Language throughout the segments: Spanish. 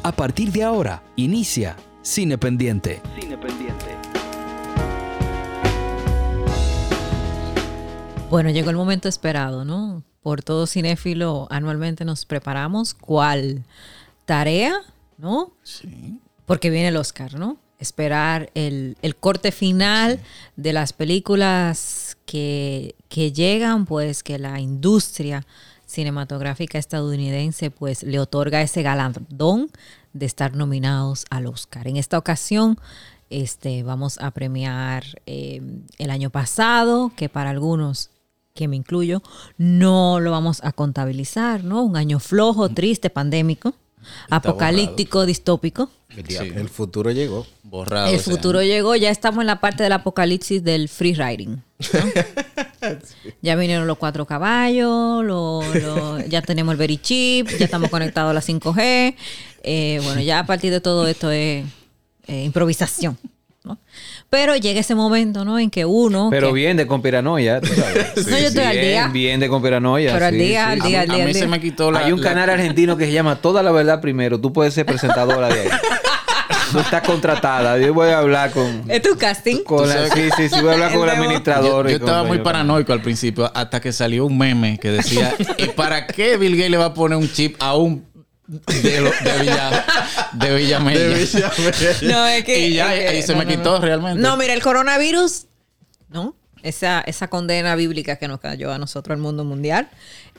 A partir de ahora, inicia Cine Pendiente. Bueno, llegó el momento esperado, ¿no? Por todo cinéfilo, anualmente nos preparamos. ¿Cuál tarea, no? Sí. Porque viene el Oscar, ¿no? Esperar el corte final de las películas que llegan, pues que la industria cinematográfica estadounidense pues le otorga ese galardón de estar nominados al Oscar. En esta ocasión vamos a premiar el año pasado, que para algunos, que me incluyo, no lo vamos a contabilizar, ¿no? Un año flojo, triste, pandémico, apocalíptico, distópico. El futuro llegó. Borrado. El futuro llegó, ya estamos en la parte del apocalipsis del free riding, ¿no? Ya vinieron los 4 caballos, ya tenemos el Very Chip, ya estamos conectados a la 5G. Bueno, ya a partir de todo esto es improvisación, ¿no? Pero llega ese momento, ¿no? En que uno... Pero bien de conspiranoia, tú sabes. No, yo estoy al día. Bien de conspiranoia. Pero al sí, día, sí. al día. A mí se me quitó Hay un canal argentino que se llama Toda la Verdad Primero. Tú puedes ser presentadora de ahí. Tú estás contratada. Yo voy a hablar con... ¿Es tu casting? Sí, voy a hablar con el administrador. Yo estaba muy paranoico al principio hasta que salió un meme que decía ¿y para qué Bill Gates le va a poner un chip a un de Villamella? No, es que... Y ya ahí se me quitó realmente. No, mira, el coronavirus, ¿no? Esa condena bíblica que nos cayó a nosotros, al mundo mundial,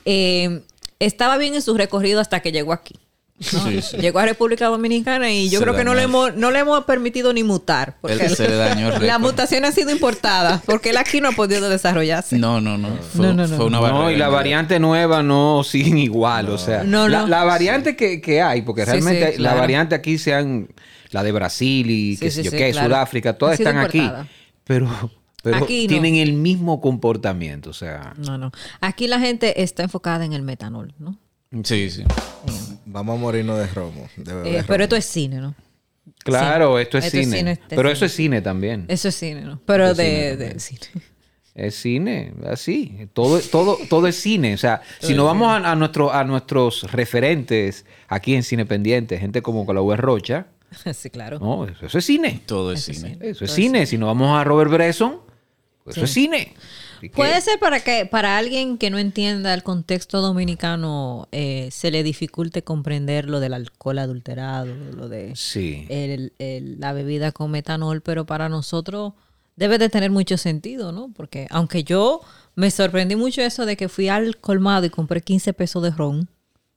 estaba bien en su recorrido hasta que llegó aquí, ¿no? Sí. Llegó a República Dominicana y yo creo que no le hemos permitido ni mutar. Porque se le dañó el la mutación ha sido importada porque él aquí no ha podido desarrollarse. No. Fue una barrera. No, y la variante nueva no siguen igual. O sea, la variante que hay, porque realmente claro. la variante aquí la de Brasil y claro. Sudáfrica, todas están importada. Aquí. Pero aquí tienen el mismo comportamiento. O sea, no. Aquí la gente está enfocada en el metanol, ¿no? Sí. Vamos a morirnos de romo. Pero esto es cine, ¿no? Claro, sí. esto es cine. Pero eso es cine también. Eso es cine, ¿no? Pero de cine. Es cine, así. Todo es cine. O sea, si nos vamos a nuestros referentes aquí en Cine Pendiente, gente como Calauer Rocha. Sí, claro. No, eso es cine. Todo es cine. Eso es cine. Si nos vamos a Robert Bresson, pues eso es cine. Puede ser para alguien que no entienda el contexto dominicano se le dificulte comprender lo del alcohol adulterado, lo de la bebida con metanol, pero para nosotros debe de tener mucho sentido, ¿no? Porque aunque yo me sorprendí mucho eso de que fui al colmado y compré 15 pesos de ron,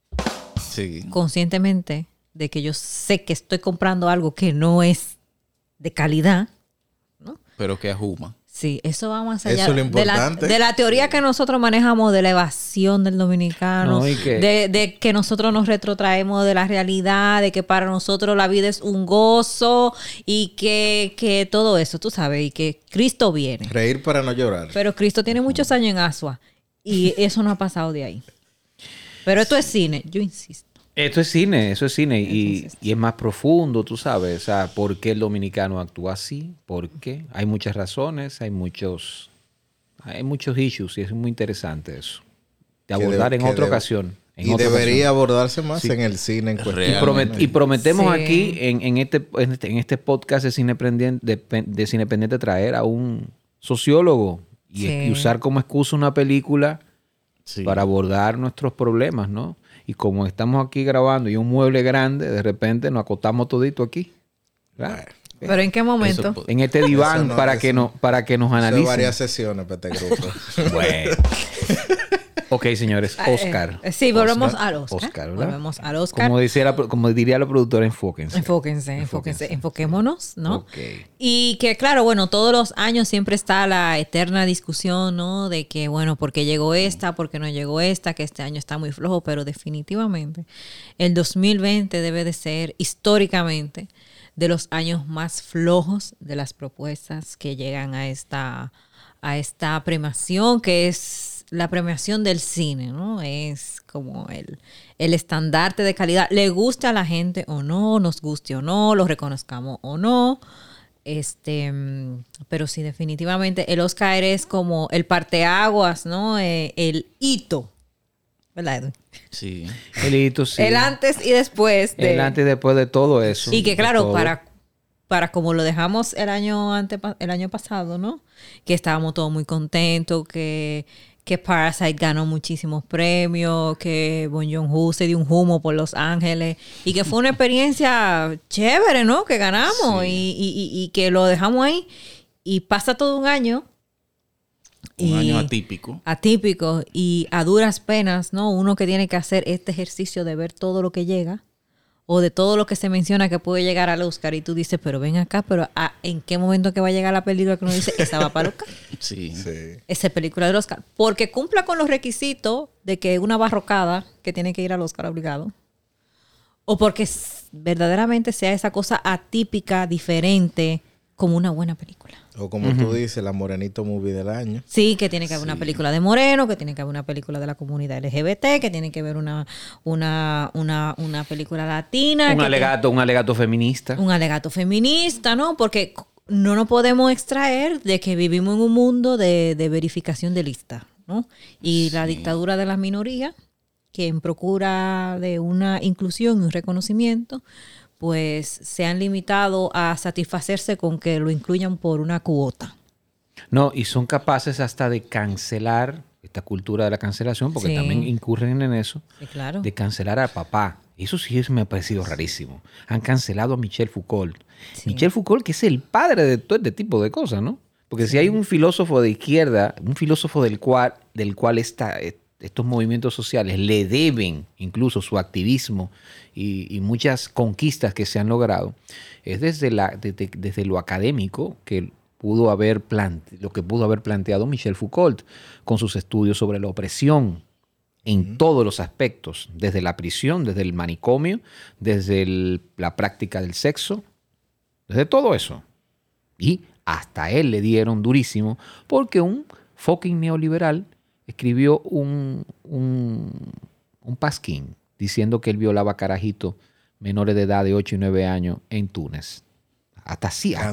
conscientemente de que yo sé que estoy comprando algo que no es de calidad, ¿no? Pero que ajuma. Sí, eso va más allá eso es lo importante. de la teoría que nosotros manejamos de la evasión del dominicano, de que nosotros nos retrotraemos de la realidad, de que para nosotros la vida es un gozo y que todo eso, tú sabes, y que Cristo viene. Reír para no llorar. Pero Cristo tiene muchos años en Asua y eso no ha pasado de ahí. Pero esto es cine, yo insisto. Eso es cine y es más profundo, tú sabes. O sea, ¿por qué el dominicano actúa así? ¿Por qué? Hay muchas razones, hay muchos issues y es muy interesante eso. De abordar en otra ocasión. Y debería abordarse más en el cine en cuestión. Y prometemos aquí en este podcast de Cine Pendiente traer a un sociólogo y usar como excusa una película para abordar nuestros problemas, ¿no? Y como estamos aquí grabando y un mueble grande, de repente nos acostamos todito aquí. ¿Verdad? ¿Pero en qué momento? En este diván para que nos analicen. Varias sesiones para este grupo. Bueno. Ok, señores. Oscar. Sí, volvemos al Oscar. ¿Verdad? Volvemos al Oscar. Como diría la productora, enfóquense. Enfoquémonos, ¿no? Okay. Y que, claro, bueno, todos los años siempre está la eterna discusión, ¿no? De que, bueno, ¿por qué llegó esta? ¿Por qué no llegó esta? Que este año está muy flojo, pero definitivamente el 2020 debe de ser históricamente de los años más flojos de las propuestas que llegan a esta premiación, que es la premiación del cine, ¿no? Es como el estandarte de calidad. Le guste a la gente o no, nos guste o no, lo reconozcamos o no. Pero sí, definitivamente el Oscar es como el parteaguas, ¿no? El hito, ¿verdad, Edwin? Sí. El hito, sí. El antes y después de... El antes y después de todo eso. Y que claro, todo. para como lo dejamos el año pasado, ¿no? Que estábamos todos muy contentos, que Parasite ganó muchísimos premios, que Bong Joon-ho se dio un humo por Los Ángeles y que fue una experiencia chévere, ¿no? Que ganamos y que lo dejamos ahí y pasa todo un año. Un año atípico. Atípico y a duras penas, ¿no? Uno que tiene que hacer este ejercicio de ver todo lo que llega o de todo lo que se menciona que puede llegar al Oscar y tú dices, pero ven acá, pero ¿en qué momento que va a llegar la película que uno dice, esa va para el Oscar? Sí. Esa película del Oscar. Porque cumpla con los requisitos de que una barrocada que tiene que ir al Oscar obligado. O porque verdaderamente sea esa cosa atípica, diferente, como una buena película. O como tú dices, la Morenito Movie del año. Sí, que tiene que haber una película de moreno, que tiene que haber una película de la comunidad LGBT, que tiene que haber una película latina. Un alegato feminista. Un alegato feminista, ¿no? Porque no nos podemos extraer de que vivimos en un mundo de verificación de listas, ¿no? Y la dictadura de las minorías, que en procura de una inclusión y un reconocimiento, pues se han limitado a satisfacerse con que lo incluyan por una cuota. No, y son capaces hasta de cancelar esta cultura de la cancelación, porque también incurren en eso, sí, claro. de cancelar al papá. Eso sí me ha parecido rarísimo. Han cancelado a Michel Foucault. Sí. Michel Foucault, que es el padre de todo este tipo de cosas, ¿no? Porque si hay un filósofo de izquierda, un filósofo del cual estos movimientos sociales le deben incluso su activismo y muchas conquistas que se han logrado, es desde lo académico que lo que pudo haber planteado Michel Foucault con sus estudios sobre la opresión en todos los aspectos, desde la prisión, desde el manicomio, desde la práctica del sexo, desde todo eso. Y hasta él le dieron durísimo porque un fucking neoliberal escribió un pasquín diciendo que él violaba carajitos menores de edad de 8 y 9 años en Túnez. Hasta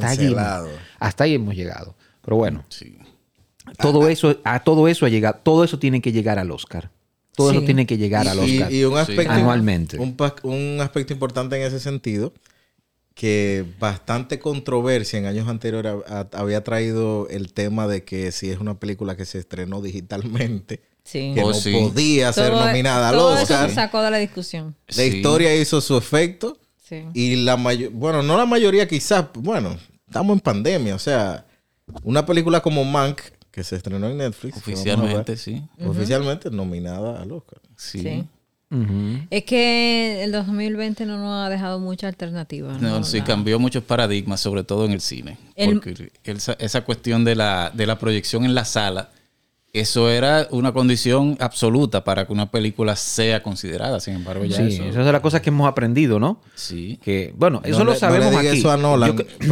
ahí hemos llegado. Pero bueno, todo eso ha llegado, todo eso tiene que llegar al Oscar. Todo eso tiene que llegar al Oscar y un aspecto, anualmente. Un aspecto importante en ese sentido, que bastante controversia en años anteriores había traído el tema de que si es una película que se estrenó digitalmente, que no podía ser nominada al Oscar. Todo eso sacó de la discusión. La historia hizo su efecto. Sí. Y bueno, no la mayoría quizás, bueno, estamos en pandemia, o sea, una película como Mank, que se estrenó en Netflix. Oficialmente, sí. Oficialmente nominada al Oscar. Sí. Es que el 2020 no nos ha dejado mucha alternativa. No, sí, cambió muchos paradigmas, sobre todo en el cine. Porque esa cuestión de la proyección en la sala, eso era una condición absoluta para que una película sea considerada. Sin embargo, ya eso es de las cosas que hemos aprendido, ¿no? Sí. Que, bueno, eso lo sabemos no le aquí. Eso a Nolan,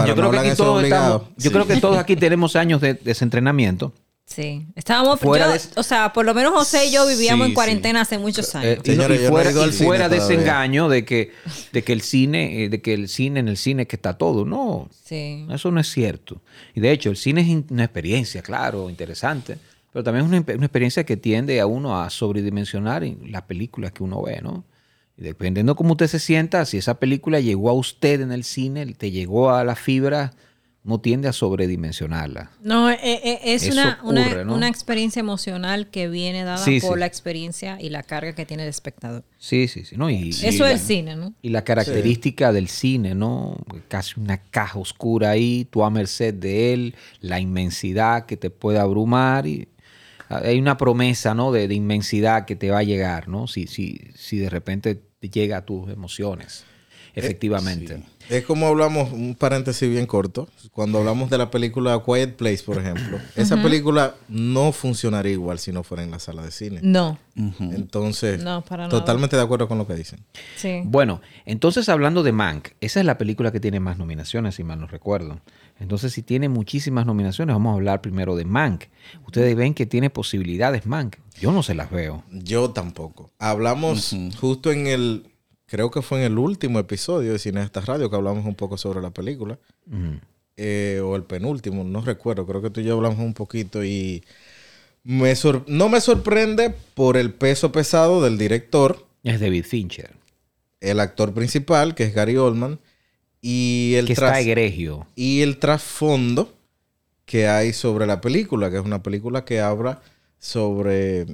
yo creo que todos aquí tenemos años de desentrenamiento. Sí. Estábamos o sea, por lo menos José y yo vivíamos en cuarentena hace muchos años. Señores, y fuera de ese engaño de que el cine, en el cine que está todo. No. Sí. Eso no es cierto. Y de hecho, el cine es una experiencia, claro, interesante. Pero también es una experiencia que tiende a uno a sobredimensionar las películas que uno ve, ¿no? Y dependiendo cómo usted se sienta, si esa película llegó a usted en el cine, te llegó a la fibra, no tiende a sobredimensionarla. No, es una experiencia emocional que viene dada por la experiencia y la carga que tiene el espectador. Sí. ¿No? Eso es el cine, ¿no? Y la característica del cine, ¿no? Casi una caja oscura ahí, tú a merced de él, la inmensidad que te puede abrumar y hay una promesa, ¿no? de inmensidad que te va a llegar, ¿no? Si de repente te llega a tus emociones, efectivamente. Es como hablamos, un paréntesis bien corto, cuando hablamos de la película Quiet Place, por ejemplo. Esa película no funcionaría igual si no fuera en la sala de cine. No. Entonces, no, para totalmente de acuerdo con lo que dicen. Sí. Bueno, entonces hablando de Mank, esa es la película que tiene más nominaciones, si mal no recuerdo. Entonces, si tiene muchísimas nominaciones, vamos a hablar primero de Mank. Ustedes ven que tiene posibilidades Mank. Yo no se las veo. Yo tampoco. Hablamos justo creo que fue en el último episodio de Cineastas Radio que hablamos un poco sobre la película. O el penúltimo, no recuerdo. Creo que tú y yo hablamos un poquito y No me sorprende por el peso pesado del director. Es David Fincher. El actor principal, que es Gary Oldman. Y el que está egregio. Y el trasfondo que hay sobre la película, que es una película que habla sobre,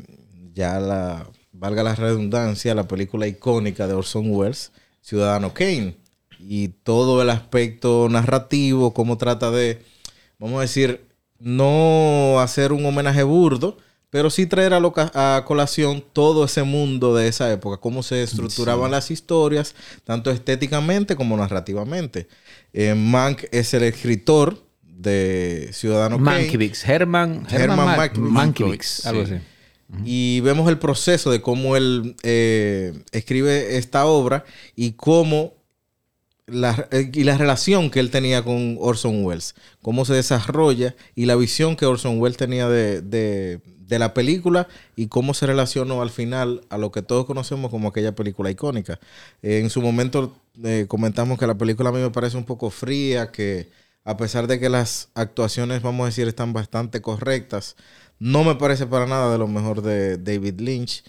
valga la redundancia, la película icónica de Orson Welles, Ciudadano Kane. Y todo el aspecto narrativo, cómo trata de, vamos a decir, no hacer un homenaje burdo, pero sí traer a colación todo ese mundo de esa época, cómo se estructuraban las historias, tanto estéticamente como narrativamente. Mank es el escritor de Ciudadano Mankiewicz. Herman Mankiewicz. Algo así. Y vemos el proceso de cómo él escribe esta obra y cómo la relación que él tenía con Orson Welles, cómo se desarrolla y la visión que Orson Welles tenía de la película y cómo se relacionó al final a lo que todos conocemos como aquella película icónica. En su momento comentamos que la película a mí me parece un poco fría, que a pesar de que las actuaciones, vamos a decir, están bastante correctas, no me parece para nada de lo mejor de David Lynch.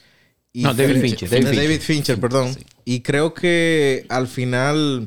David Fincher, perdón. Sí. Y creo que al final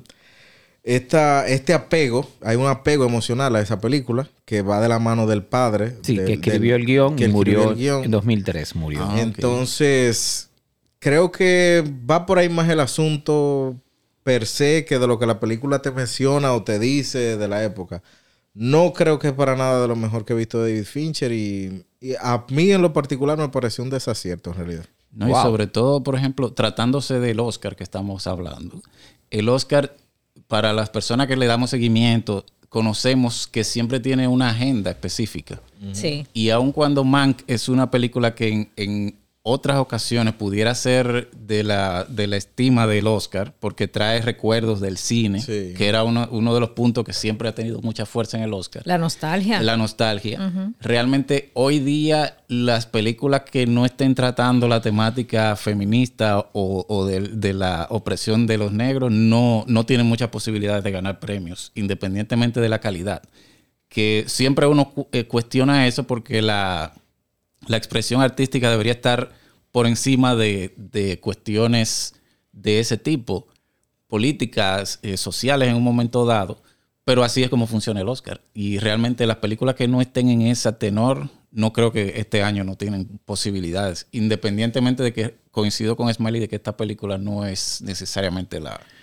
este apego, hay un apego emocional a esa película que va de la mano del padre. Sí, que escribió el guión y murió en 2003. Entonces, creo que va por ahí más el asunto per se que de lo que la película te menciona o te dice de la época. No creo que es para nada de lo mejor que he visto de David Fincher y a mí en lo particular me pareció un desacierto en realidad. No, wow. Y sobre todo, por ejemplo, tratándose del Oscar que estamos hablando. El Oscar, para las personas que le damos seguimiento, conocemos que siempre tiene una agenda específica. Sí. Y aun cuando Mank es una película que en otras ocasiones pudiera ser de la estima del Oscar, porque trae recuerdos del cine, sí, que era uno de los puntos que siempre ha tenido mucha fuerza en el Oscar. La nostalgia. La nostalgia. Realmente, hoy día, las películas que no estén tratando la temática feminista o de la opresión de los negros no tienen muchas posibilidades de ganar premios, independientemente de la calidad. Que siempre uno cuestiona eso porque la expresión artística debería estar por encima de cuestiones de ese tipo, políticas, sociales en un momento dado, pero así es como funciona el Oscar. Y realmente las películas que no estén en ese tenor, no creo que este año no tienen posibilidades, independientemente de que coincido con Smiley de que esta película no es necesariamente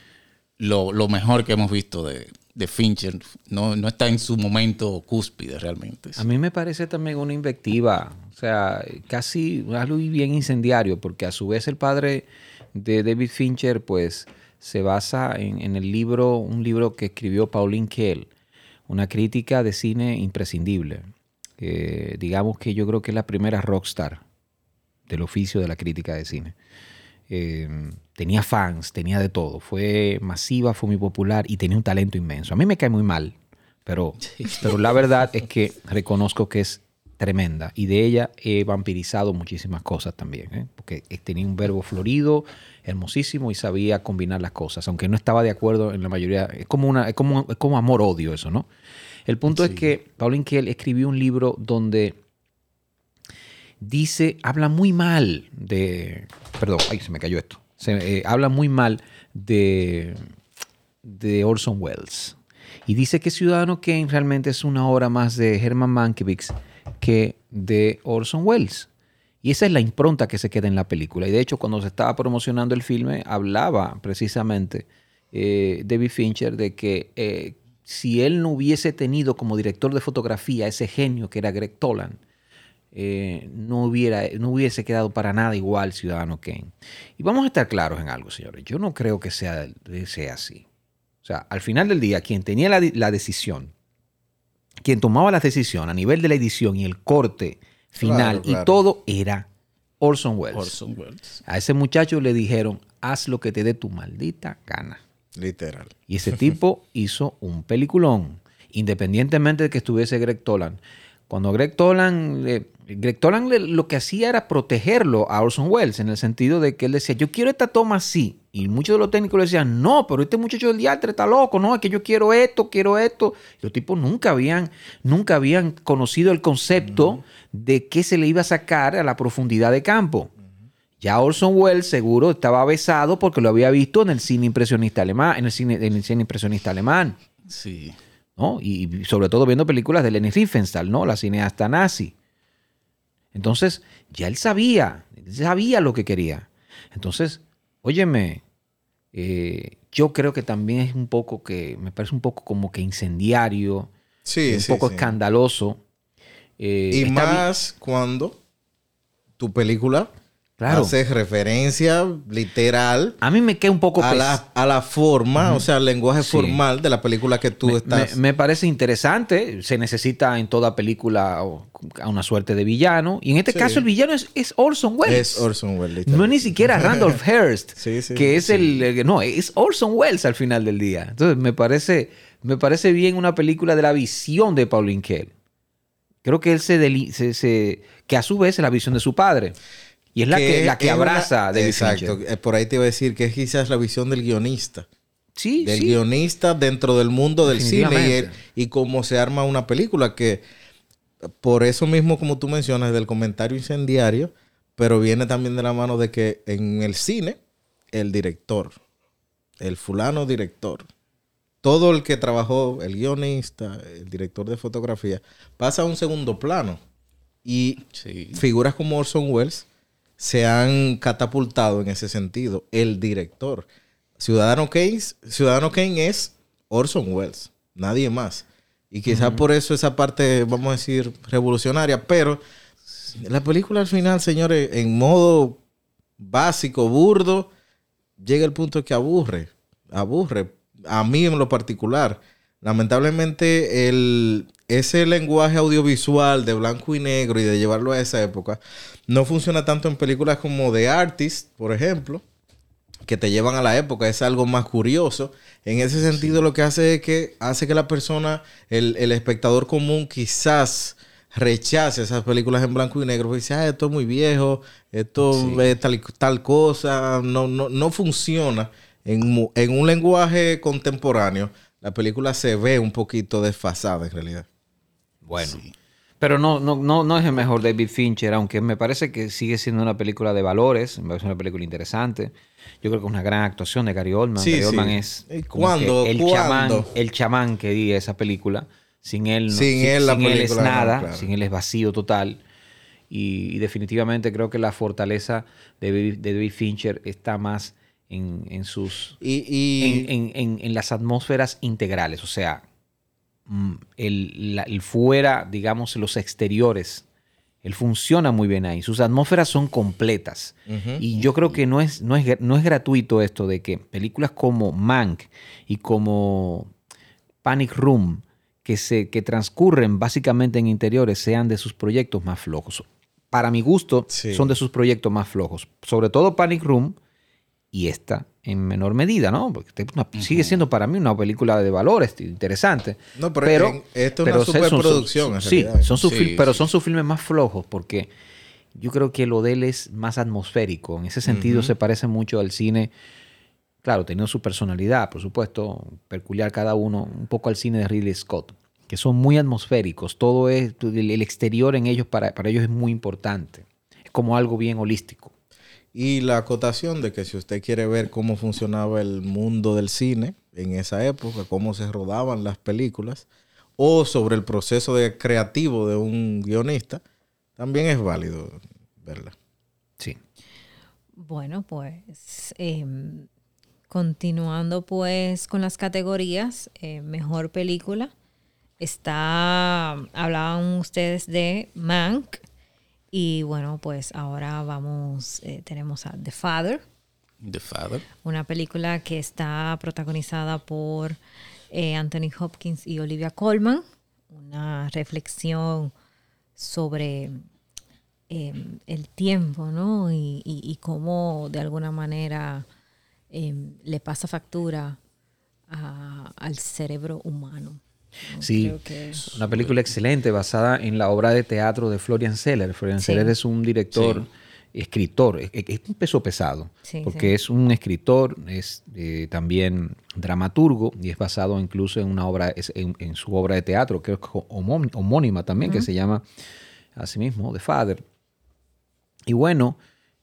lo mejor que hemos visto de Fincher. No está en su momento cúspide realmente. A mí me parece también una invectiva, o sea, casi algo bien incendiario, porque a su vez el padre de David Fincher pues se basa en un libro que escribió Pauline Kael, una crítica de cine imprescindible. Digamos que yo creo que es la primera rockstar del oficio de la crítica de cine. Tenía fans, tenía de todo. Fue masiva, fue muy popular y tenía un talento inmenso. A mí me cae muy mal, pero la verdad es que reconozco que es tremenda. Y de ella he vampirizado muchísimas cosas también, porque tenía un verbo florido, hermosísimo y sabía combinar las cosas, aunque no estaba de acuerdo en la mayoría. Es como amor-odio eso, ¿no? El punto es que Pauline Kael escribió un libro donde habla muy mal de... Perdón, se me cayó esto. Habla muy mal de Orson Welles. Y dice que Ciudadano Kane realmente es una obra más de Herman Mankiewicz que de Orson Welles. Y esa es la impronta que se queda en la película. Y de hecho, cuando se estaba promocionando el filme, hablaba precisamente David Fincher de que si él no hubiese tenido como director de fotografía ese genio que era Greg Toland, no hubiese quedado para nada igual Ciudadano Kane. Y vamos a estar claros en algo, señores. Yo no creo que sea así. O sea, al final del día, quien tenía la decisión, quien tomaba la decisión a nivel de la edición y el corte final claro. Y todo era Orson Welles. A ese muchacho le dijeron, haz lo que te dé tu maldita gana. Literal. Y ese tipo hizo un peliculón, independientemente de que estuviese Greg Toland. Cuando Greg Toland lo que hacía era protegerlo a Orson Welles, en el sentido de que él decía, yo quiero esta toma así, Y muchos de los técnicos le decían, no, pero este muchacho del diatre está loco, no, es que yo quiero esto, quiero esto. Y los tipos nunca habían conocido el concepto de qué se le iba a sacar a la profundidad de campo. Ya Orson Welles seguro estaba avesado porque lo había visto en el cine impresionista alemán, en el cine impresionista alemán. Sí. ¿No? Y sobre todo viendo películas de Leni Riefenstahl, ¿no? La cineasta nazi. Entonces, ya él sabía lo que quería. Entonces, óyeme, yo creo que también es un poco me parece un poco como que incendiario, un poco escandaloso. Y más cuando tu película hace referencia literal a mí me queda un poco a la forma, o sea, el lenguaje formal de la película que tú estás. Me parece interesante. Se necesita en toda película a una suerte de villano. Y en este caso el villano es Orson Welles. Es Orson Welles. No es ni siquiera Randolph Hearst, que es no, es Orson Welles al final del día. Entonces me parece bien una película de la visión de Pauline Kael. Creo que él que a su vez es la visión de su padre. Y es la que abraza a David Fincher. Exacto. Por ahí te iba a decir que es quizás la visión del guionista. Sí, del guionista dentro del mundo del cine y cómo se arma una película, que por eso mismo, como tú mencionas, del comentario incendiario, pero viene también de la mano de que en el cine, el director, el fulano director, todo el que trabajó, el guionista, el director de fotografía, pasa a un segundo plano. Y figuras como Orson Welles se han catapultado en ese sentido. El director. Ciudadano Kane es Orson Welles. Nadie más. Y quizás por eso esa parte, vamos a decir, revolucionaria. Pero la película al final, señores, en modo básico, burdo, llega el punto que aburre. A mí en lo particular. Lamentablemente, ese lenguaje audiovisual de blanco y negro y de llevarlo a esa época no funciona tanto en películas como The Artist, por ejemplo, que te llevan a la época. Es algo más curioso. En ese sentido, lo que hace es que hace que la persona, el espectador común, quizás rechace esas películas en blanco y negro. Porque dice, esto es muy viejo, esto es tal cosa. No funciona. En un lenguaje contemporáneo, la película se ve un poquito desfasada en realidad. Bueno. Pero no es el mejor David Fincher, aunque me parece que sigue siendo una película de valores. Me parece una película interesante. Yo creo que es una gran actuación de Gary Oldman. Gary Oldman es el chamán que di esa película. Sin él, sin él es nada. Claro. Sin él es vacío total. Y definitivamente creo que la fortaleza de David Fincher está más en sus en las atmósferas integrales. O sea, el fuera, digamos, los exteriores, él funciona muy bien ahí. Sus atmósferas son completas. Y yo creo que no es gratuito esto de que películas como Mank y como Panic Room, que transcurren básicamente en interiores, sean de sus proyectos más flojos. Para mi gusto, son de sus proyectos más flojos. Sobre todo Panic Room y esta en menor medida, ¿no? Porque sigue siendo para mí una película de valores interesante. No, pero esto es una superproducción. Pero son sus filmes más flojos porque yo creo que lo de él es más atmosférico. En ese sentido se parece mucho al cine, claro, teniendo su personalidad, por supuesto, peculiar cada uno, un poco al cine de Ridley Scott, que son muy atmosféricos. Todo es, el exterior en ellos, para ellos es muy importante. Es como algo bien holístico. Y la acotación de que si usted quiere ver cómo funcionaba el mundo del cine en esa época, cómo se rodaban las películas, o sobre el proceso creativo de un guionista, también es válido verla. Sí. Bueno, pues continuando pues con las categorías, mejor película, hablaban ustedes de Mank. Y bueno, pues ahora tenemos a The Father. The Father. Una película que está protagonizada por Anthony Hopkins y Olivia Colman. Una reflexión sobre el tiempo, ¿no? Y cómo de alguna manera le pasa factura al cerebro humano. Sí, una película excelente basada en la obra de teatro de Florian Zeller. Florian Zeller es un director escritor, es un peso pesado, Sí, porque sí. es un escritor, es también dramaturgo y es basado incluso en una obra, en su obra de teatro, creo que homónima también, que se llama así mismo, The Father. Y bueno,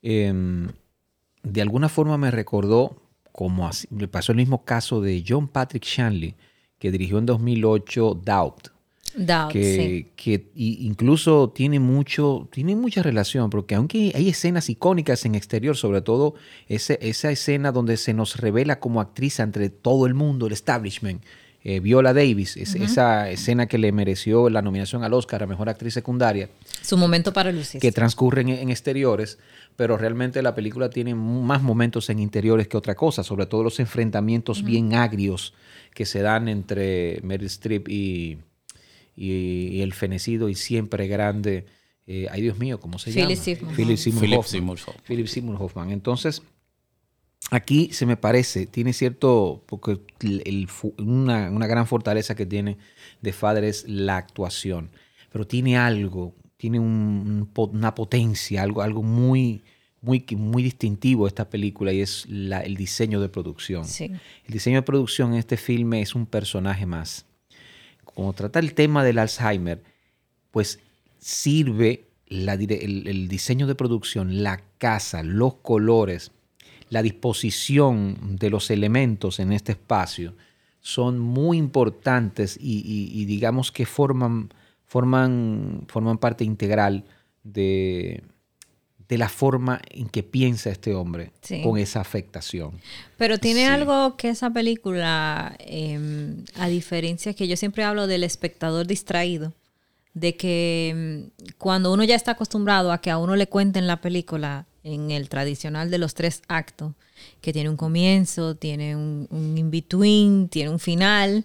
de alguna forma me recordó, como así, le pasó el mismo caso de John Patrick Shanley, que dirigió en 2008 Doubt. Doubt, sí. Que incluso tiene mucha relación, porque aunque hay escenas icónicas en exterior, sobre todo esa escena donde se nos revela como actriz entre todo el mundo, el establishment, Viola Davis, esa escena que le mereció la nominación al Oscar a Mejor Actriz Secundaria. Su momento para lucirse. Que transcurren en exteriores, pero realmente la película tiene más momentos en interiores que otra cosa, sobre todo los enfrentamientos bien agrios que se dan entre Meryl Streep y el fenecido y siempre grande, ay Dios mío, ¿cómo se llama? Philip Seymour Hoffman. Entonces, aquí se me parece, tiene cierto, porque una gran fortaleza que tiene The Father es la actuación, pero tiene algo, tiene una potencia, algo muy distintivo de esta película, y es el diseño de producción. Sí. El diseño de producción en este filme es un personaje más. Como trata el tema del Alzheimer, pues sirve el diseño de producción, la casa, los colores, la disposición de los elementos en este espacio son muy importantes y digamos que forman parte integral de la forma en que piensa este hombre con esa afectación. Pero tiene algo que esa película, a diferencia que yo siempre hablo del espectador distraído, de que cuando uno ya está acostumbrado a que a uno le cuenten la película en el tradicional de los 3 actos, que tiene un comienzo, tiene un in-between, tiene un final,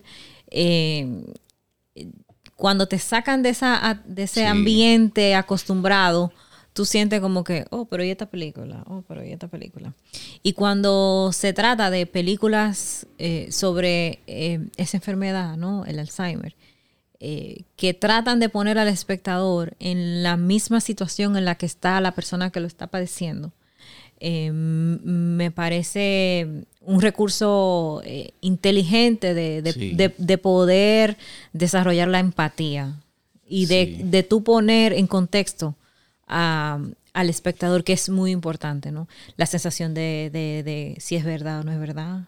cuando te sacan de ese ambiente acostumbrado, tú sientes como que, pero ¿y esta película? Y cuando se trata de películas sobre esa enfermedad, ¿no? El Alzheimer, que tratan de poner al espectador en la misma situación en la que está la persona que lo está padeciendo, me parece un recurso inteligente de poder desarrollar la empatía y de tú poner en contexto al espectador, que es muy importante, ¿no? La sensación de si es verdad o no es verdad,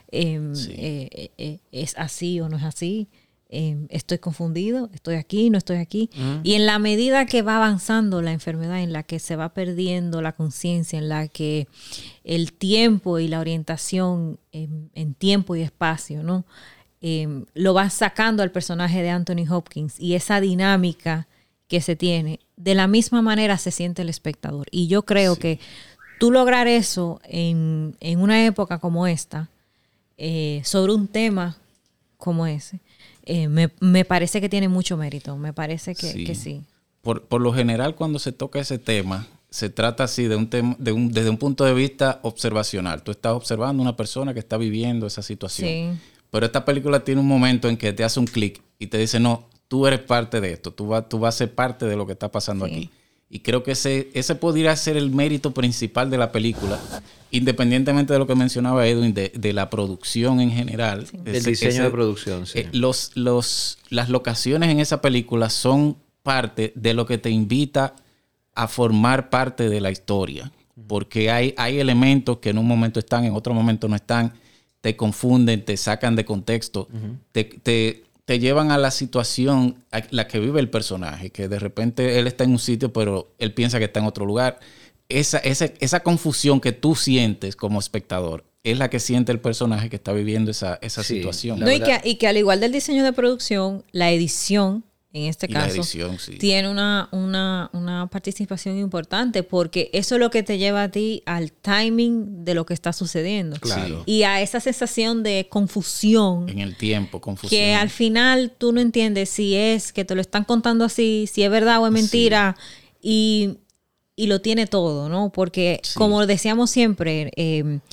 es así o no es así, estoy confundido, estoy aquí, no estoy aquí. Y en la medida que va avanzando la enfermedad, en la que se va perdiendo la conciencia, en la que el tiempo y la orientación en tiempo y espacio, ¿no? Lo va sacando al personaje de Anthony Hopkins, y esa dinámica que se tiene, de la misma manera se siente el espectador. Y yo creo que tú lograr eso en una época como esta, sobre un tema como ese, me parece que tiene mucho mérito. Me parece que sí. Por lo general, cuando se toca ese tema, se trata así de un tema, desde un punto de vista observacional. Tú estás observando a una persona que está viviendo esa situación. Sí. Pero esta película tiene un momento en que te hace un clic y te dice, no, tú eres parte de esto, tú vas a ser parte de lo que está pasando aquí. Y creo que ese podría ser el mérito principal de la película, independientemente de lo que mencionaba Edwin, de la producción en general. Sí. El diseño de producción, sí. Las locaciones en esa película son parte de lo que te invita a formar parte de la historia. Porque hay elementos que en un momento están, en otro momento no están, te confunden, te sacan de contexto, te llevan a la situación a la que vive el personaje, que de repente él está en un sitio, pero él piensa que está en otro lugar. Esa confusión que tú sientes como espectador es la que siente el personaje que está viviendo esa situación. No, y que al igual del diseño de producción, la edición, en este caso, tiene una participación importante, porque eso es lo que te lleva a ti al timing de lo que está sucediendo. Claro. Y a esa sensación de confusión. En el tiempo, confusión. Que al final tú no entiendes si es que te lo están contando así, si es verdad o es mentira. Y lo tiene todo, ¿no? Porque, como decíamos siempre,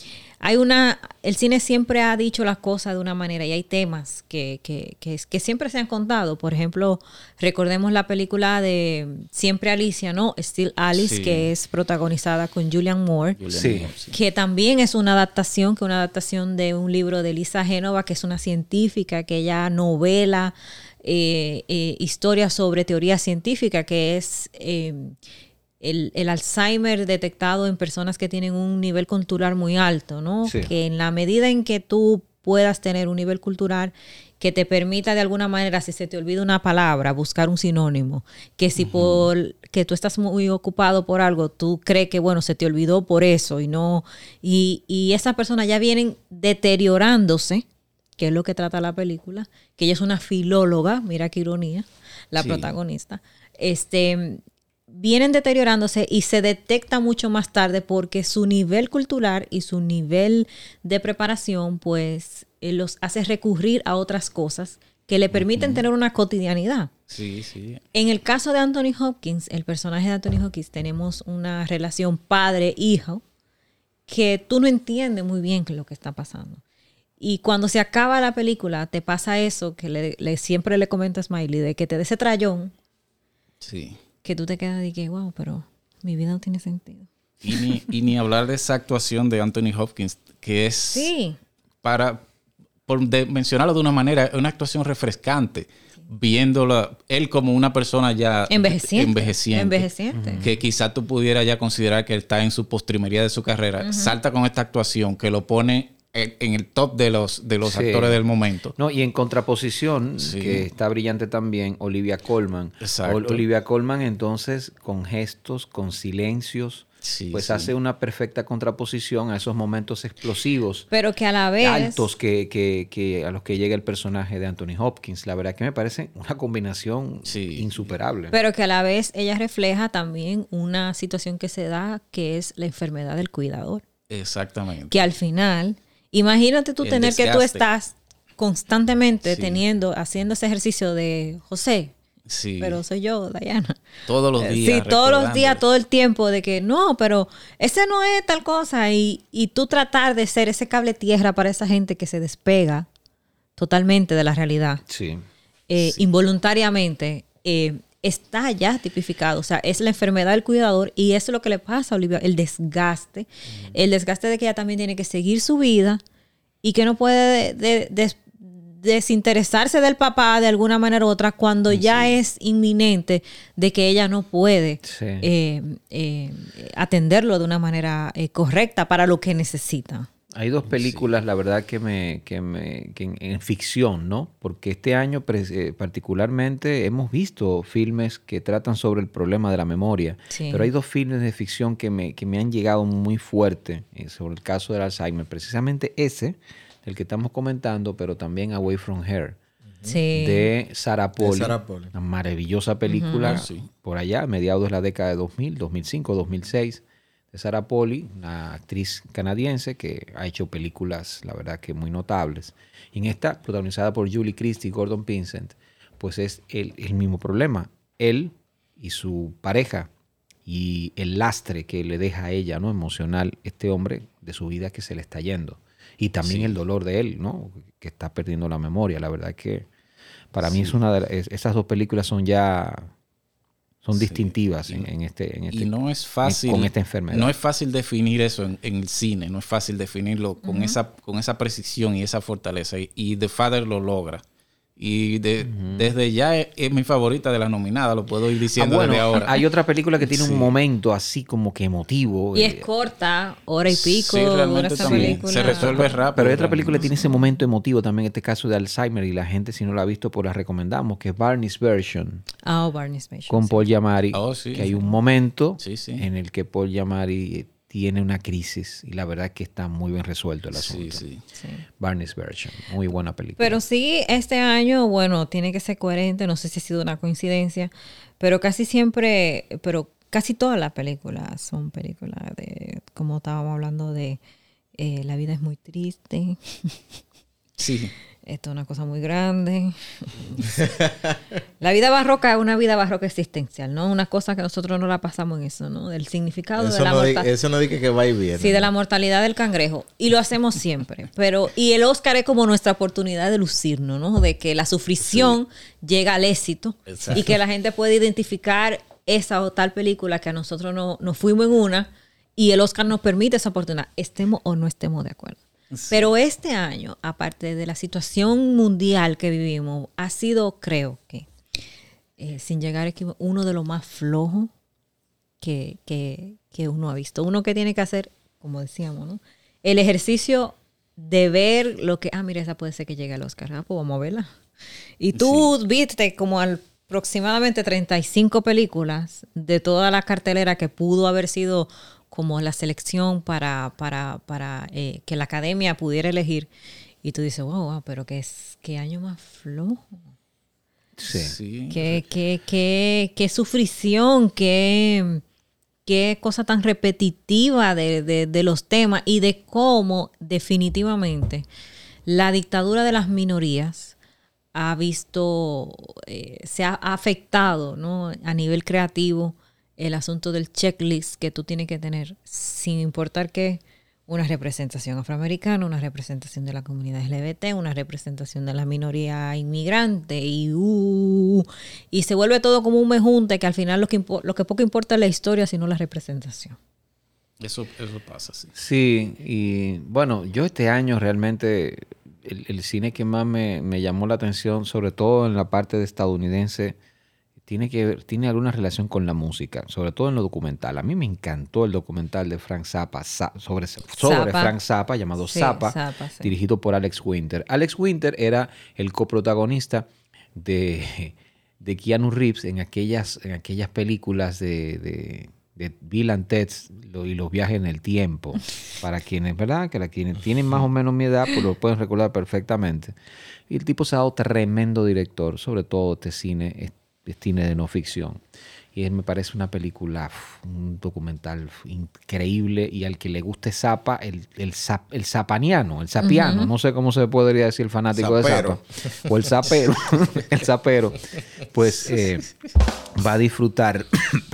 el cine siempre ha dicho las cosas de una manera y hay temas que siempre se han contado. Por ejemplo, recordemos la película de Siempre Alicia, ¿no? Still Alice, Sí. que es protagonizada con Julianne Moore. Sí. Que también es una adaptación de un libro de Lisa Genova, que es una científica, que ella novela historias sobre teoría científica, que es el Alzheimer detectado en personas que tienen un nivel cultural muy alto, ¿no? Sí. Que en la medida en que tú puedas tener un nivel cultural que te permita de alguna manera, si se te olvida una palabra, buscar un sinónimo, que si por que tú estás muy ocupado por algo, tú crees que, bueno, se te olvidó por eso y esas personas ya vienen deteriorándose, que es lo que trata la película, que ella es una filóloga, mira qué ironía, la protagonista, vienen deteriorándose y se detecta mucho más tarde porque su nivel cultural y su nivel de preparación pues los hace recurrir a otras cosas que le permiten tener una cotidianidad. Sí, sí. En el caso de Anthony Hopkins, el personaje de Anthony Hopkins, tenemos una relación padre-hijo que tú no entiendes muy bien qué es lo que está pasando. Y cuando se acaba la película, te pasa eso que siempre le comento a Smiley, de que te dé ese trayón, Sí. que tú te quedas de que, wow, pero mi vida no tiene sentido. Y ni hablar de esa actuación de Anthony Hopkins, que es, Sí. mencionarlo de una manera, una actuación refrescante, viéndola, él como una persona ya Envejeciente. que quizá tú pudieras ya considerar que él está en su postrimería de su carrera, salta con esta actuación que lo pone en el top de los Sí. actores del momento. No, y en contraposición, Sí. que está brillante también, Olivia Colman. Exacto. Olivia Colman, entonces, con gestos, con silencios, Sí, pues sí. hace una perfecta contraposición a esos momentos explosivos, Pero que a la vez... altos que a los que llega el personaje de Anthony Hopkins. La verdad que me parece una combinación Sí. insuperable. Pero que a la vez ella refleja también una situación que se da, que es la enfermedad del cuidador. Exactamente. Que al final, imagínate tú El tener que tú desgaste. estás constantemente Sí. haciendo ese ejercicio de José, Sí. pero soy yo, Dayana. Todos los días. Sí, todos los días, recordándolo. todo el tiempo, de que no, pero ese no es tal cosa. Y tú tratar de ser ese cable tierra para esa gente que se despega totalmente de la realidad, Sí. involuntariamente, está ya tipificado. O sea, es la enfermedad del cuidador y eso es lo que le pasa a Olivia, el desgaste. El desgaste de que ella también tiene que seguir su vida y que no puede desinteresarse del papá de alguna manera u otra cuando ya es inminente de que ella no puede Sí. atenderlo de una manera correcta para lo que necesita. Hay dos películas, la verdad, que en ficción, ¿no? Porque este año particularmente hemos visto filmes que tratan sobre el problema de la memoria. Sí. Pero hay dos filmes de ficción que me han llegado muy fuerte sobre el caso del Alzheimer. Precisamente ese, el que estamos comentando, pero también Away from Here, Sí. de Sarah Polley. Sarah Polley. Una maravillosa película por allá, a mediados de la década de 2000, 2005, 2006. De Sarah Polley, una actriz canadiense que ha hecho películas, la verdad que muy notables. Y en esta, protagonizada por Julie Christie y Gordon Vincent, pues es el mismo problema. Él y su pareja y el lastre que le deja a ella, ¿no? Emocional, este hombre de su vida que se le está yendo. Y también el dolor de él, ¿no? Que está perdiendo la memoria. La verdad que para mí es una de esas dos películas son distintivas en este Y no es fácil. con esta enfermedad. No es fácil definir eso en el cine. No es fácil definirlo con esa precisión y esa fortaleza. Y The Father lo logra. Y desde ya es mi favorita de las nominadas. Lo puedo ir diciendo desde ahora. Hay otra película que tiene Sí. un momento así como que emotivo. Y es corta, hora y pico, Sí, dura realmente esa también. película. Se resuelve rápido. Pero hay otra película que tiene ese momento emotivo también, en este caso de Alzheimer, y la gente si no la ha visto, pues la recomendamos, que es Barney's Version, Ah, Barney's Version. con Paul Giamatti, Oh, sí, que hay sí. un momento Sí, sí. en el que Paul Giamatti tiene una crisis y la verdad que está muy bien resuelto el Sí, asunto. sí. Sí. Barney's Version, muy buena película. Pero sí, este año, bueno, tiene que ser coherente, no sé si ha sido una coincidencia, pero casi todas las películas son películas de, como estábamos hablando de La vida es muy triste. Sí. esto es una cosa muy grande. La vida barroca es una vida barroca existencial, ¿no? Una cosa que nosotros no la pasamos en eso, ¿no? Del significado eso de la mortalidad. Eso no dice que va y viene. Sí, de la mortalidad del cangrejo. Y lo hacemos siempre. Y el Oscar es como nuestra oportunidad de lucirnos, ¿no? De que la sufrición llega al éxito. Exacto. Y que la gente puede identificar esa o tal película que a nosotros nos fuimos en una y el Oscar nos permite esa oportunidad, estemos o no estemos de acuerdo. Sí. Pero este año, aparte de la situación mundial que vivimos, ha sido, creo que, sin llegar aquí, uno de los más flojos que uno ha visto. Uno que tiene que hacer, como decíamos, ¿no? El ejercicio de ver lo que, mira, esa puede ser que llegue al Oscar. Pues vamos a verla. Y tú viste como aproximadamente 35 películas de toda la cartelera que pudo haber sido como la selección para que la academia pudiera elegir. Y tú dices, wow, pero qué año más flojo. Sí. Qué sufrición, qué cosa tan repetitiva de los temas y de cómo definitivamente la dictadura de las minorías ha visto, se ha afectado, ¿no? A nivel creativo, el asunto del checklist que tú tienes que tener, sin importar qué, una representación afroamericana, una representación de la comunidad LGBT, una representación de la minoría inmigrante y se vuelve todo como un mejunte que al final lo que poco importa es la historia, sino la representación. Eso pasa, sí. Sí, y bueno, yo este año realmente el cine que más me llamó la atención, sobre todo en la parte de estadounidense, tiene alguna relación con la música, sobre todo en lo documental. A mí me encantó el documental de Frank Zappa sobre Frank Zappa, llamado Zappa, dirigido por Alex Winter. Alex Winter era el coprotagonista de Keanu Reeves en aquellas películas de Bill and Ted y los viajes en el tiempo. Para quienes, ¿verdad? Quienes tienen más o menos mi edad, pues lo pueden recordar perfectamente. Y el tipo se ha dado tremendo director, sobre todo de cine de no ficción. Y me parece una película, un documental increíble. Y al que le guste Zappa, el zapaniano, el zapiano, no sé cómo se podría decir el fanático de Zappa, o el zapero, el zapero, pues va a disfrutar,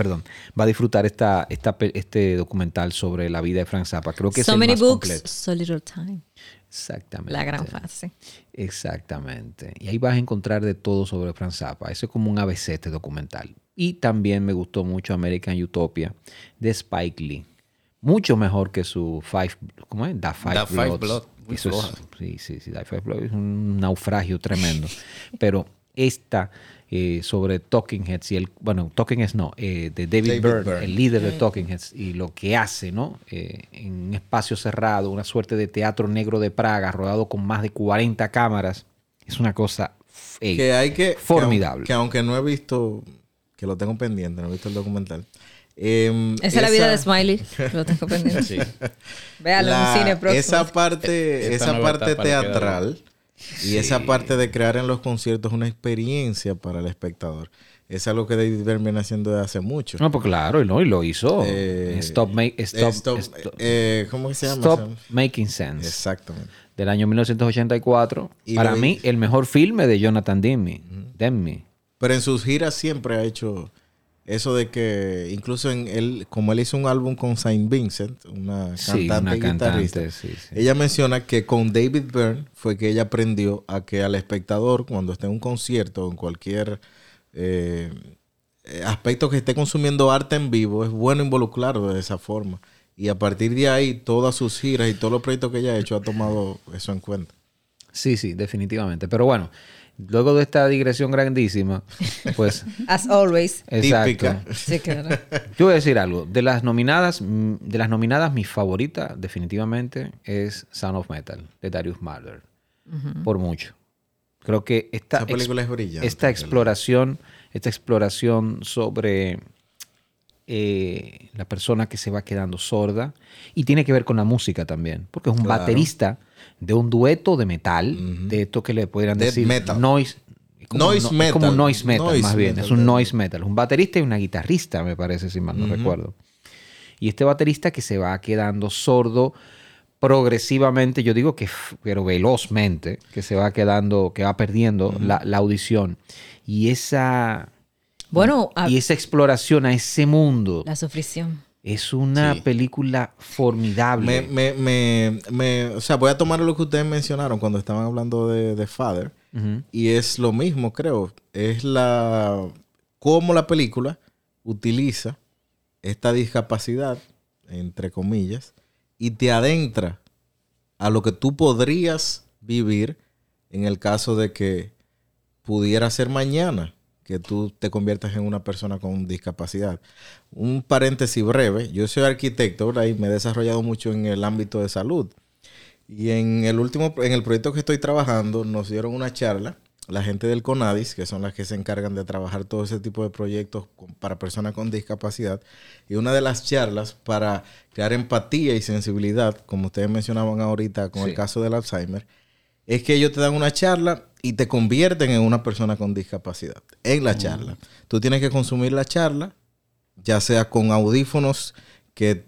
este documental sobre la vida de Frank Zappa. Creo que es el más completo. So little time. Exactamente. La gran fase. Exactamente. Y ahí vas a encontrar de todo sobre Frank Zappa. Eso es como un ABC este documental. Y también me gustó mucho American Utopia de Spike Lee. Mucho mejor que su ¿cómo es? The Five Bloods. Eso es, sí. The Five Bloods es un naufragio tremendo. Pero esta sobre Talking Heads Talking Heads de David Byrne, el líder de Talking Heads, y lo que hace, ¿no? En un espacio cerrado, una suerte de teatro negro de Praga, rodado con más de 40 cámaras. Es una cosa formidable. Que aunque no he visto, que lo tengo pendiente, no he visto el documental. Esa es la vida de Smiley, lo tengo pendiente. Sí. Véalo en un cine próximo. Esa parte teatral y esa parte de crear en los conciertos una experiencia para el espectador. Es algo que David Byrne viene haciendo desde hace mucho. No, pues claro, y lo hizo. ¿Cómo se llama? Stop Making Sense. Exactamente. Del año 1984. Y para mí, el mejor filme de Jonathan Demme. Pero en sus giras siempre ha hecho eso de que, incluso como él hizo un álbum con Saint Vincent, una cantante y guitarrista, ella menciona que con David Byrne fue que ella aprendió a que al espectador, cuando esté en un concierto o en cualquier aspecto que esté consumiendo arte en vivo, es bueno involucrarlo de esa forma. Y a partir de ahí, todas sus giras y todos los proyectos que ella ha hecho ha tomado eso en cuenta. Sí, definitivamente. Pero bueno, luego de esta digresión grandísima, pues... As always. Exacto. Típica. Sí, claro. Yo voy a decir algo. De las nominadas, mi favorita definitivamente es Sound of Metal, de Darius Marder. Por mucho. Creo que esa película es brillante. Esta exploración sobre la persona que se va quedando sorda, y tiene que ver con la música también, porque es un baterista de un dueto de metal, de esto que le podrían decir metal. Noise metal. Es como un noise metal, más bien. Es un noise metal. Un baterista y una guitarrista, me parece, si mal no recuerdo. Y este baterista que se va quedando sordo progresivamente, yo digo que, pero velozmente, que se va quedando, que va perdiendo la audición. Y esa exploración a ese mundo. La sufrición. Es una película formidable. O sea, voy a tomar lo que ustedes mencionaron cuando estaban hablando de Father. Y es lo mismo, creo. Es cómo la película utiliza esta discapacidad, entre comillas, y te adentra a lo que tú podrías vivir en el caso de que pudiera ser mañana que tú te conviertas en una persona con discapacidad. Un paréntesis breve. Yo soy arquitecto, ¿verdad? Y me he desarrollado mucho en el ámbito de salud. Y en el proyecto que estoy trabajando, nos dieron una charla, la gente del CONADIS, que son las que se encargan de trabajar todo ese tipo de proyectos para personas con discapacidad. Y una de las charlas para crear empatía y sensibilidad, como ustedes mencionaban ahorita con el caso del Alzheimer, es que ellos te dan una charla y te convierten en una persona con discapacidad. En la charla. Tú tienes que consumir la charla, ya sea con audífonos que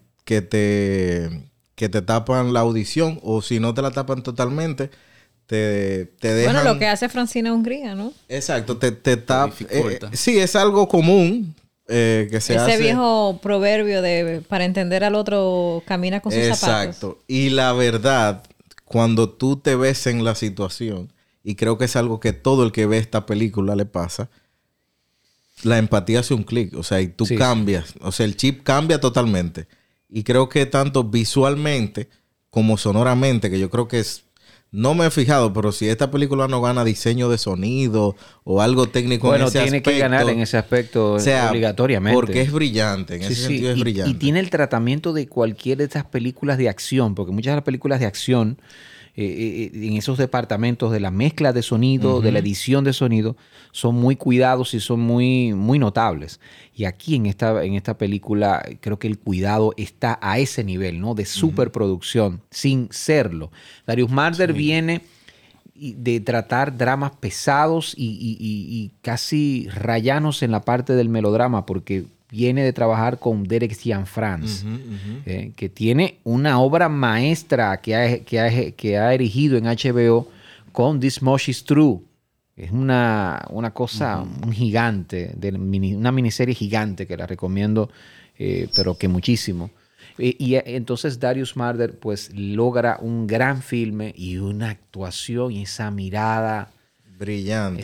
te tapan la audición, o si no te la tapan totalmente, te dejan... Bueno, lo que hace Francina Hungría, ¿no? Exacto, te tapan. Sí, es algo común que se hace. Ese viejo proverbio de para entender al otro camina con sus zapatos. Exacto. Y la verdad, cuando tú te ves en la situación, y creo que es algo que todo el que ve esta película le pasa, la empatía hace un clic. O sea, y tú cambias. O sea, el chip cambia totalmente. Y creo que tanto visualmente como sonoramente, que yo creo que es... No me he fijado, pero si esta película no gana diseño de sonido o algo técnico en ese aspecto... Bueno, tiene que ganar en ese aspecto, o sea, obligatoriamente. Porque es brillante, en ese sentido es brillante. Y tiene el tratamiento de cualquiera de estas películas de acción, porque muchas de las películas de acción, en esos departamentos de la mezcla de sonido, de la edición de sonido, son muy cuidados y son muy, muy notables. Y aquí en esta película creo que el cuidado está a ese nivel, ¿no? De superproducción, sin serlo. Darius Marder viene de tratar dramas pesados y casi rayanos en la parte del melodrama, porque viene de trabajar con Derek Cianfrance, que tiene una obra maestra que ha erigido en HBO con This Much Is True. Es una cosa, un gigante, una miniserie gigante que la recomiendo, pero que muchísimo. Y entonces Darius Marder pues logra un gran filme y una actuación y esa mirada. Brillante.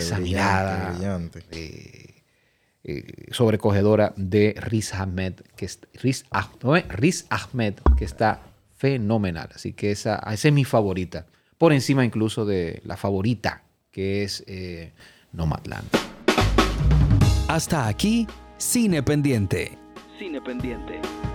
Sobrecogedora de Riz Ahmed, que está fenomenal. Así que esa es mi favorita. Por encima incluso de la favorita, que es Nomadland. Hasta aquí, Cine Pendiente. Cine Pendiente.